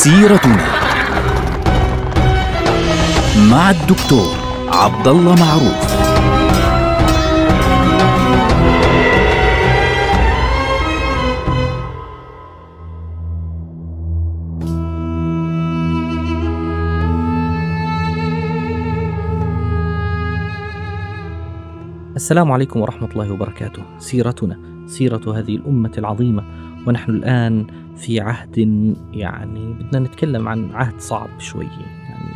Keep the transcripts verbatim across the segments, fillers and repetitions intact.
سيرتنا مع الدكتور عبد الله معروف. السلام عليكم ورحمة الله وبركاته. سيرتنا سيرة هذه الأمة العظيمة، ونحن الآن في عهد يعني بدنا نتكلم عن عهد صعب شوي، يعني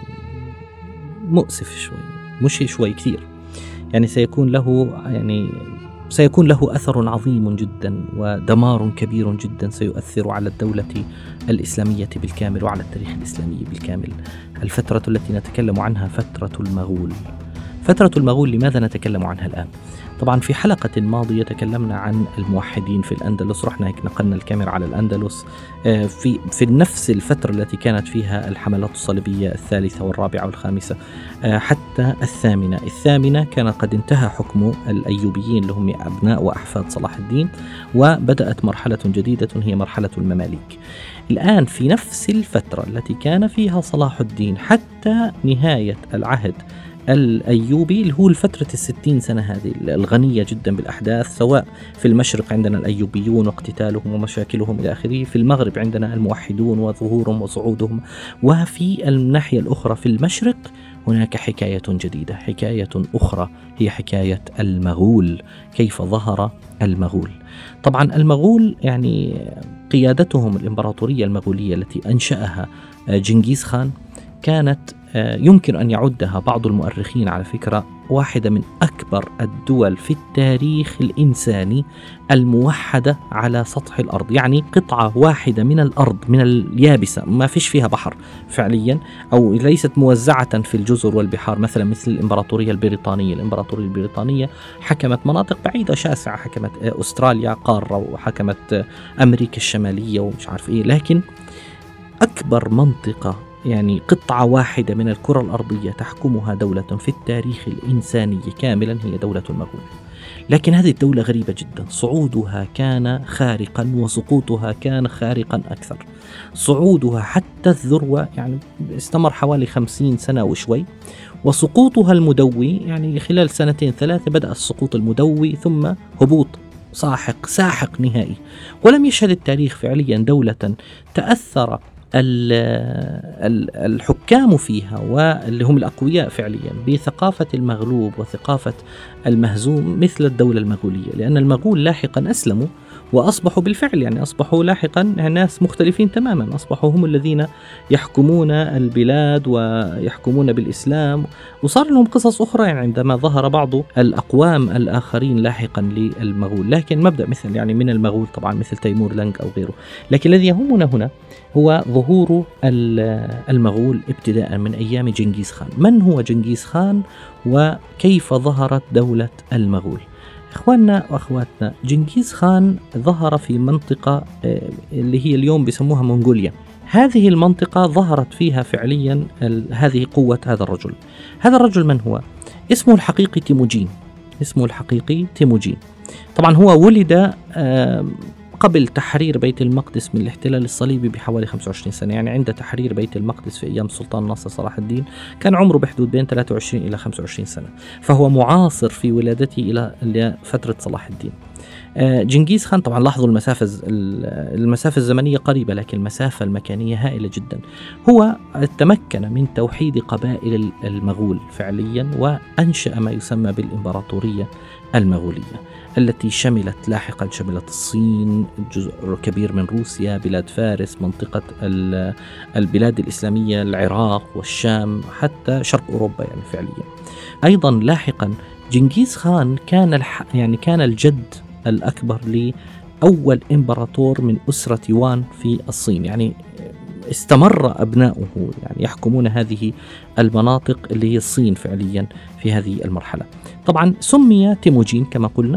مؤسف شوي، مش شوي كثير، يعني سيكون له يعني سيكون له أثر عظيم جدا ودمار كبير جدا سيؤثر على الدولة الإسلامية بالكامل وعلى التاريخ الإسلامي بالكامل. الفترة التي نتكلم عنها فترة المغول. فترة المغول لماذا نتكلم عنها الآن؟ طبعا في حلقة ماضية تكلمنا عن الموحدين في الأندلس، رحنا هيك نقلنا الكاميرا على الأندلس في في نفس الفترة التي كانت فيها الحملات الصليبية الثالثة والرابعة والخامسة حتى الثامنة. الثامنة كان قد انتهى حكم الأيوبيين اللي هم أبناء وأحفاد صلاح الدين، وبدأت مرحلة جديدة هي مرحلة المماليك. الآن في نفس الفترة التي كان فيها صلاح الدين حتى نهاية العهد الأيوبي، اللي هو الفترة الستين سنة هذه الغنية جدا بالأحداث، سواء في المشرق عندنا الأيوبيون واقتتالهم ومشاكلهم إلى آخره، في المغرب عندنا الموحدون وظهورهم وصعودهم، وفي الناحية الأخرى في المشرق هناك حكاية جديدة، حكاية أخرى هي حكاية المغول، كيف ظهر المغول. طبعا المغول يعني قيادتهم الإمبراطورية المغولية التي أنشأها جنكيز خان كانت يمكن أن يعدها بعض المؤرخين على فكرة واحدة من أكبر الدول في التاريخ الإنساني الموحدة على سطح الأرض، يعني قطعة واحدة من الأرض، من اليابسة، ما فيش فيها بحر فعليا، أو ليست موزعة في الجزر والبحار مثلا مثل الإمبراطورية البريطانية. الإمبراطورية البريطانية حكمت مناطق بعيدة شاسعة، حكمت أستراليا قارة وحكمت أمريكا الشمالية ومش عارف إيه، لكن أكبر منطقة يعني قطعة واحدة من الكرة الأرضية تحكمها دولة في التاريخ الإنساني كاملا هي دولة المغول. لكن هذه الدولة غريبة جدا، صعودها كان خارقا وسقوطها كان خارقا أكثر. صعودها حتى الذروة يعني استمر حوالي خمسين سنة وشوي، وسقوطها المدوي يعني خلال سنتين ثلاثة بدأ السقوط المدوي ثم هبوط ساحق ساحق نهائي. ولم يشهد التاريخ فعليا دولة تأثر الحكام فيها واللي هم الأقوياء فعليا بثقافة المغلوب وثقافة المهزوم مثل الدولة المغولية، لأن المغول لاحقا أسلموا وأصبحوا بالفعل يعني أصبحوا لاحقا ناس مختلفين تماما، أصبحوا هم الذين يحكمون البلاد ويحكمون بالإسلام، وصار لهم قصص أخرى يعني عندما ظهر بعض الأقوام الآخرين لاحقا للمغول، لكن مبدأ مثل يعني من المغول طبعا مثل تيمور لنج أو غيره. لكن الذي يهمنا هنا هو ظهور المغول ابتداء من أيام جنكيز خان. من هو جنكيز خان وكيف ظهرت دولة المغول؟ إخواننا وأخواتنا، جنكيز خان ظهر في منطقة اللي هي اليوم بيسموها منغوليا. هذه المنطقة ظهرت فيها فعليا هذه قوة هذا الرجل. هذا الرجل من هو؟ اسمه الحقيقي تيموجين. اسمه الحقيقي تيموجين. طبعا هو ولد قبل تحرير بيت المقدس من الاحتلال الصليبي بحوالي خمسة وعشرين سنة، يعني عند تحرير بيت المقدس في أيام السلطان ناصر صلاح الدين كان عمره بحدود بين ثلاثة وعشرين إلى خمسة وعشرين سنة، فهو معاصر في ولادته إلى فترة صلاح الدين. جنكيز خان طبعا لاحظوا المسافة المسافة الزمنية قريبة لكن المسافة المكانية هائلة جدا. هو تمكن من توحيد قبائل المغول فعليا وأنشأ ما يسمى بالإمبراطورية المغولية التي شملت لاحقا شملت الصين، جزء كبير من روسيا، بلاد فارس، منطقة البلاد الإسلامية، العراق والشام، حتى شرق أوروبا يعني فعليا. أيضا لاحقا جنكيز خان كان الح... يعني كان الجد الأكبر لأول إمبراطور من أسرة يوان في الصين، يعني استمر أبناؤه يعني يحكمون هذه المناطق اللي هي الصين فعليا في هذه المرحلة. طبعا سمي تيموجين كما قلنا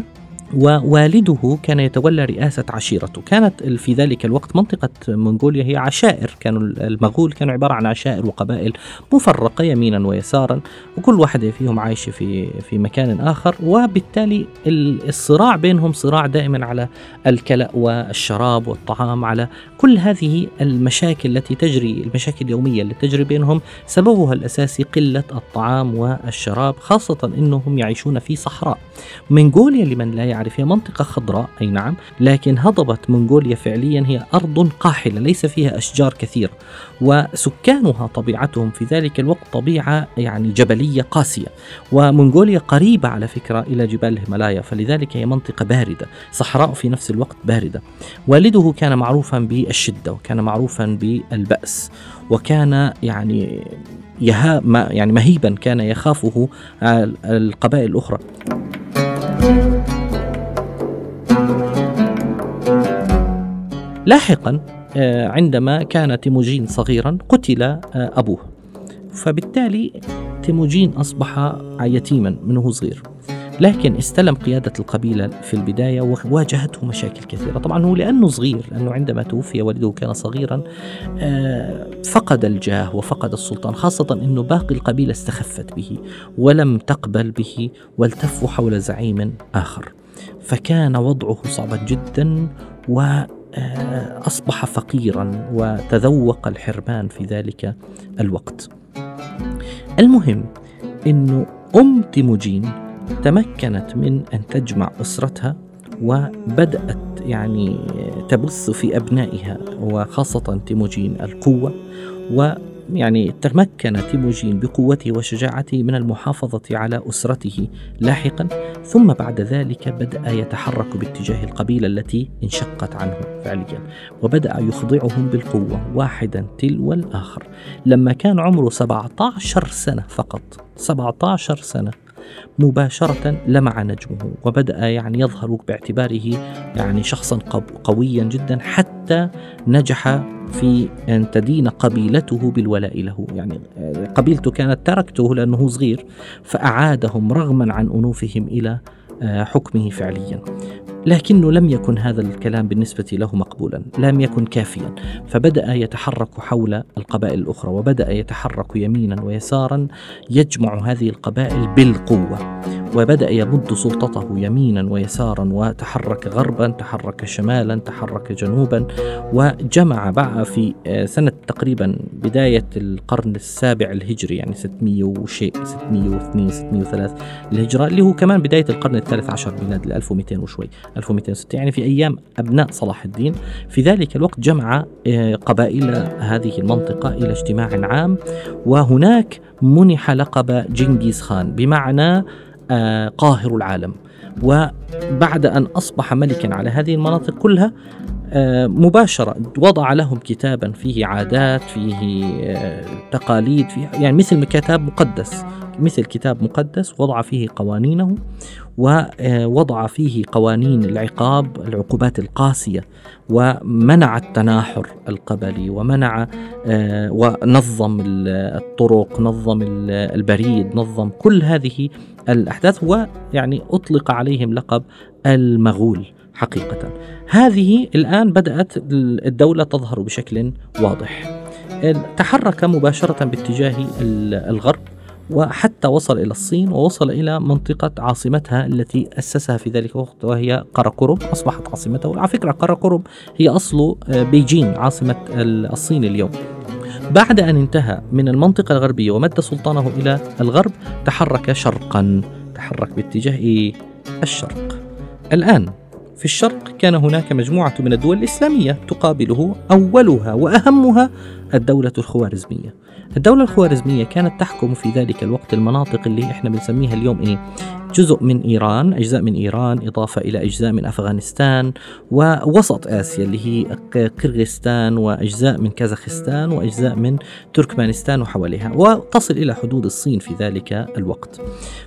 ووالده كان يتولى رئاسة عشيرته. كانت في ذلك الوقت منطقة منغوليا هي عشائر، كانوا المغول كانوا عبارة عن عشائر وقبائل مفرقة يمينا ويسارا، وكل واحدة فيهم عايشة في في مكان آخر، وبالتالي الصراع بينهم صراع دائما على الكلأ والشراب والطعام، على كل هذه المشاكل التي تجري، المشاكل اليومية التي تجري بينهم سببها الأساسي قلة الطعام والشراب، خاصة أنهم يعيشون في صحراء. منغوليا لمن لا يعرف هي منطقة خضراء أي نعم، لكن هضبة منغوليا فعليا هي أرض قاحلة ليس فيها أشجار كثير، وسكانها طبيعتهم في ذلك الوقت طبيعة يعني جبلية قاسية، ومنغوليا قريبة على فكرة إلى جبال الهيمالايا، فلذلك هي منطقة باردة، صحراء في نفس الوقت باردة. والده كان معروفا بالشدة، وكان معروفا بالبأس، وكان يعني يها ما يعني مهيبا، كان يخافه القبائل الأخرى. لاحقا عندما كان تيموجين صغيرا قتل أبوه، فبالتالي تيموجين أصبح يتيما منه صغير، لكن استلم قيادة القبيلة في البداية وواجهته مشاكل كثيرة. طبعا هو لأنه صغير، لأنه عندما توفي والده كان صغيرا فقد الجاه وفقد السلطان، خاصة أنه باقي القبيلة استخفت به ولم تقبل به والتفوا حول زعيم آخر، فكان وضعه صعبا جدا وأصبح فقيرا وتذوق الحرمان في ذلك الوقت. المهم أنه أم تيموجين تمكنت من أن تجمع أسرتها، وبدأت يعني تبث في أبنائها وخاصة تيموجين القوة، ويعني تمكن تيموجين بقوته وشجاعته من المحافظة على أسرته لاحقا، ثم بعد ذلك بدأ يتحرك باتجاه القبيلة التي انشقت عنه فعليا، وبدأ يخضعهم بالقوة واحدا تلو الآخر. لما كان عمره سبعة عشر سنة فقط، سبعة عشر سنة مباشرة لمع نجمه، وبدأ يعني يظهر باعتباره يعني شخصا قويا جدا، حتى نجح في أن تدين قبيلته بالولاء له. يعني قبيلته كانت تركته لأنه صغير، فأعادهم رغما عن أنوفهم إلى حكمه فعليا، لكنه لم يكن هذا الكلام بالنسبة له مقبولا، لم يكن كافيا، فبدأ يتحرك حول القبائل الأخرى، وبدأ يتحرك يمينا ويسارا يجمع هذه القبائل بالقوة، وبدأ يمد سلطته يمينا ويسارا، وتحرك غربا، تحرك شمالا، تحرك جنوبا، وجمع بقى في سنة تقريبا بداية القرن السابع الهجري، يعني ستمائة وشيء، ستمائة واثنين ستمائة وثلاثة الهجرة، اللي هو كمان بداية القرن الثالث عشر ميلاد، ألف ومئتين وشوي، ألف ومئتين وستين، يعني في أيام أبناء صلاح الدين. في ذلك الوقت جمع قبائل هذه المنطقة إلى اجتماع عام، وهناك منح لقب جنكيز خان بمعنى قاهر العالم. وبعد أن أصبح ملكا على هذه المناطق كلها مباشرة وضع لهم كتابا فيه عادات، فيه تقاليد، فيه يعني مثل كتاب مقدس، مثل كتاب مقدس، وضع فيه قوانينه، ووضع فيه قوانين العقاب، العقوبات القاسية، ومنع التناحر القبلي، ومنع ونظم الطرق، نظم البريد، نظم كل هذه الأحداث، ويعني أطلق عليهم لقب المغول حقيقة. هذه الآن بدأت الدولة تظهر بشكل واضح. تحرك مباشرة باتجاه الغرب، وحتى وصل إلى الصين، ووصل إلى منطقة عاصمتها التي أسسها في ذلك الوقت، وهي قراقورم، أصبحت عاصمته. على فكرة قراقورم هي أصل بيجين، عاصمة الصين اليوم. بعد أن انتهى من المنطقة الغربية ومد سلطانه إلى الغرب، تحرك شرقا، تحرك باتجاه الشرق. الآن في الشرق كان هناك مجموعة من الدول الإسلامية تقابله، أولها وأهمها الدولة الخوارزمية. الدولة الخوارزمية كانت تحكم في ذلك الوقت المناطق اللي احنا بنسميها اليوم ايه، جزء من إيران، أجزاء من إيران، إضافة إلى أجزاء من أفغانستان ووسط آسيا اللي هي قرغيزستان، وأجزاء من كازاخستان، وأجزاء من تركمانستان وحواليها، وتصل إلى حدود الصين في ذلك الوقت.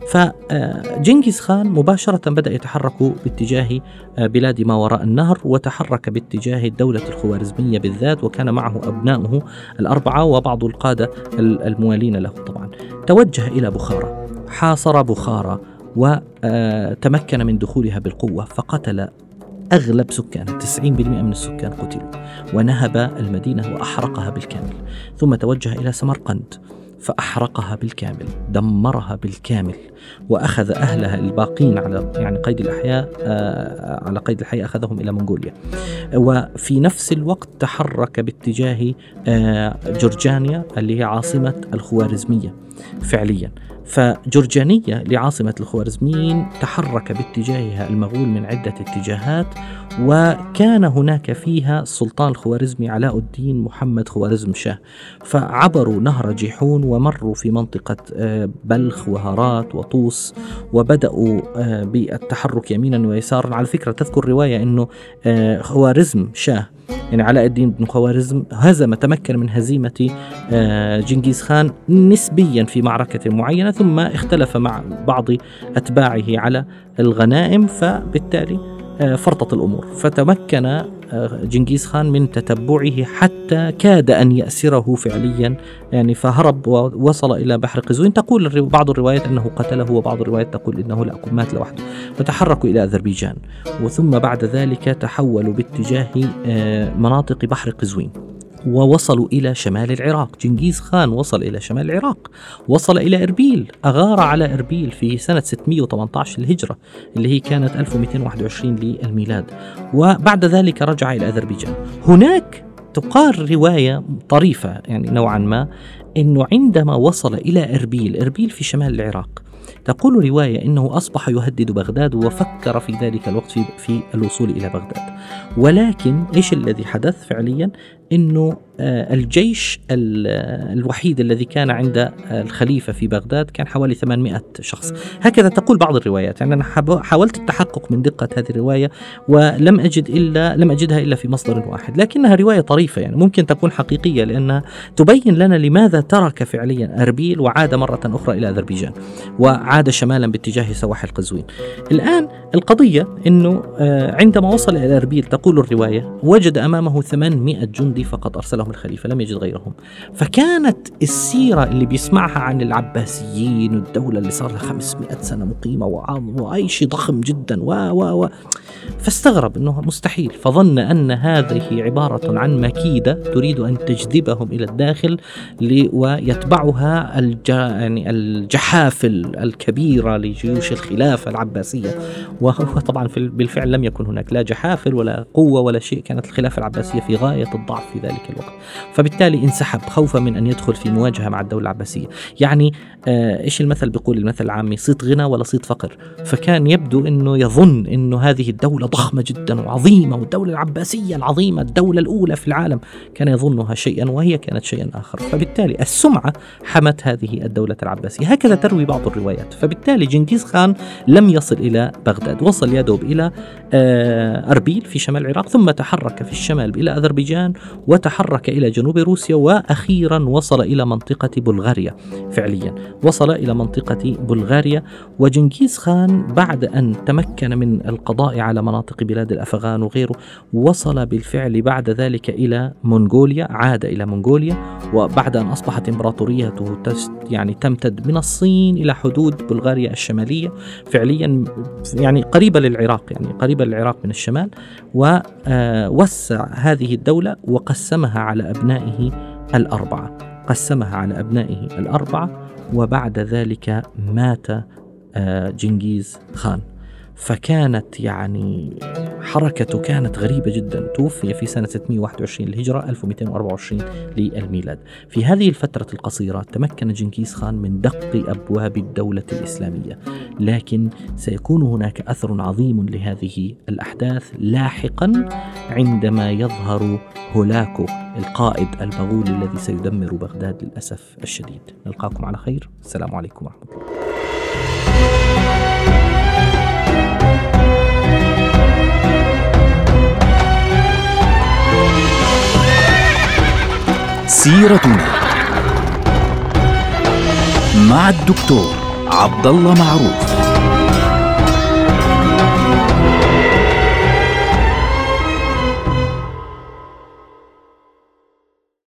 فجنكيز خان مباشرة بدأ يتحرك باتجاه بلاد ما وراء النهر، وتحرك باتجاه الدولة الخوارزمية بالذات، وكان معه أبنائه الأربعة وبعض القادة الموالين له. طبعا توجه إلى بخارى، حاصر بخارى وتمكن من دخولها بالقوة، فقتل أغلب سكانها، تسعين بالمئة من السكان قتلوا، ونهب المدينة وأحرقها بالكامل. ثم توجه إلى سمرقند فأحرقها بالكامل، دمرها بالكامل، وأخذ أهلها الباقين على يعني قيد الأحياء آه على قيد الحياة أخذهم إلى منغوليا. وفي نفس الوقت تحرك باتجاه آه جورجانيا اللي هي عاصمة الخوارزمية فعليا. فجرجانية لعاصمة الخوارزميين تحرك باتجاهها المغول من عدة اتجاهات، وكان هناك فيها السلطان الخوارزمي علاء الدين محمد خوارزم شاه، فعبروا نهر جيحون ومروا في منطقة بلخ وهرات وطوس، وبدأوا بالتحرك يمينا ويسارا. على فكرة تذكر رواية أنه خوارزم شاه يعني علاء الدين بن خوارزم هزم تمكن من هزيمة جنكيز خان نسبيا في معركة معينة، ثم اختلف مع بعض أتباعه على الغنائم، فبالتالي فرطت الأمور، فتمكن جنكيز خان من تتبعه حتى كاد أن يأسره فعليا يعني، فهرب ووصل إلى بحر قزوين. تقول بعض الروايات أنه قتله، وبعض الروايات تقول أنه لا مات لوحده. فتحركوا إلى أذربيجان، وثم بعد ذلك تحولوا باتجاه مناطق بحر قزوين ووصلوا إلى شمال العراق. جنكيز خان وصل إلى شمال العراق، وصل إلى إربيل، أغار على إربيل في سنة ستمئة وثمانية عشر للهجرة اللي هي كانت ألف ومئتين وواحد وعشرين للميلاد، وبعد ذلك رجع إلى أذربيجان. هناك تقال رواية طريفة يعني نوعا ما أنه عندما وصل إلى إربيل، إربيل في شمال العراق، تقول رواية أنه أصبح يهدد بغداد، وفكر في ذلك الوقت في, في الوصول إلى بغداد. ولكن إيش الذي حدث فعليا؟ أنه الجيش الوحيد الذي كان عند الخليفة في بغداد كان حوالي ثمانمئة شخص، هكذا تقول بعض الروايات. يعني أنا حاولت التحقق من دقة هذه الرواية ولم أجد إلا لم أجدها إلا في مصدر واحد، لكنها رواية طريفة يعني ممكن تكون حقيقية، لأنها تبين لنا لماذا ترك فعليا أربيل وعاد مرة أخرى إلى أذربيجان، وعاد شمالا باتجاه سواحل قزوين. الآن القضية أنه عندما وصل إلى أربيل تقول الرواية وجد أمامه ثمانمئة جندي فقط أرسلهم الخليفة، لم يجد غيرهم. فكانت السيرة اللي بيسمعها عن العباسيين والدولة اللي صار لها خمسمئة سنة مقيمة وأي شيء ضخم جدا و و و فاستغرب أنه مستحيل، فظن أن هذه عبارة عن مكيدة تريد أن تجذبهم إلى الداخل ويتبعها الج... يعني الجحافل الكبيرة لجيوش الخلافة العباسية. وهو طبعا في بالفعل لم يكن هناك لا جحافل ولا قوة ولا شيء، كانت الخلافة العباسية في غاية الضعف في ذلك الوقت، فبالتالي انسحب خوفا من أن يدخل في مواجهة مع الدولة العباسية. يعني آه إيش المثل بيقول، المثل العامي صيت غنى ولا صيت فقر، فكان يبدو أنه يظن أنه هذه الدولة ضخمة جدا وعظيمة، والدولة العباسية العظيمة الدولة الأولى في العالم، كان يظنها شيئا وهي كانت شيئا آخر، فبالتالي السمعة حمت هذه الدولة العباسية، هكذا تروي بعض الروايات. فبالتالي جنكيز خان لم يصل إلى بغداد، وصل يدوب إلى آه أربيل في شمال العراق، ثم تحرك في الشمال إلى أذربيجان، وتحرك إلى جنوب روسيا، وأخيرا وصل إلى منطقة بلغاريا. فعليا وصل إلى منطقة بلغاريا. وجنكيز خان بعد أن تمكن من القضاء على مناطق بلاد الأفغان وغيره، وصل بالفعل بعد ذلك إلى منغوليا، عاد إلى منغوليا، وبعد أن أصبحت إمبراطوريته يعني تمتد من الصين إلى حدود بلغاريا الشمالية، فعليا يعني قريبة للعراق، يعني قريبة للعراق من الشمال، ووسع هذه الدولة وقسمها على أبنائه الأربعة قسمها على أبنائه الأربعة وبعد ذلك مات جنكيز خان. فكانت يعني حركته كانت غريبة جدا. توفي في سنة ستمئة وواحد وعشرين للهجرة ألف ومئتين وأربعة وعشرين للميلاد. في هذه الفترة القصيرة تمكن جنكيز خان من دق أبواب الدولة الإسلامية، لكن سيكون هناك أثر عظيم لهذه الأحداث لاحقا عندما يظهر هولاكو القائد البغولي الذي سيدمر بغداد للأسف الشديد. نلقاكم على خير. السلام عليكم ورحمة الله. سيرتنا مع الدكتور عبد الله معروف.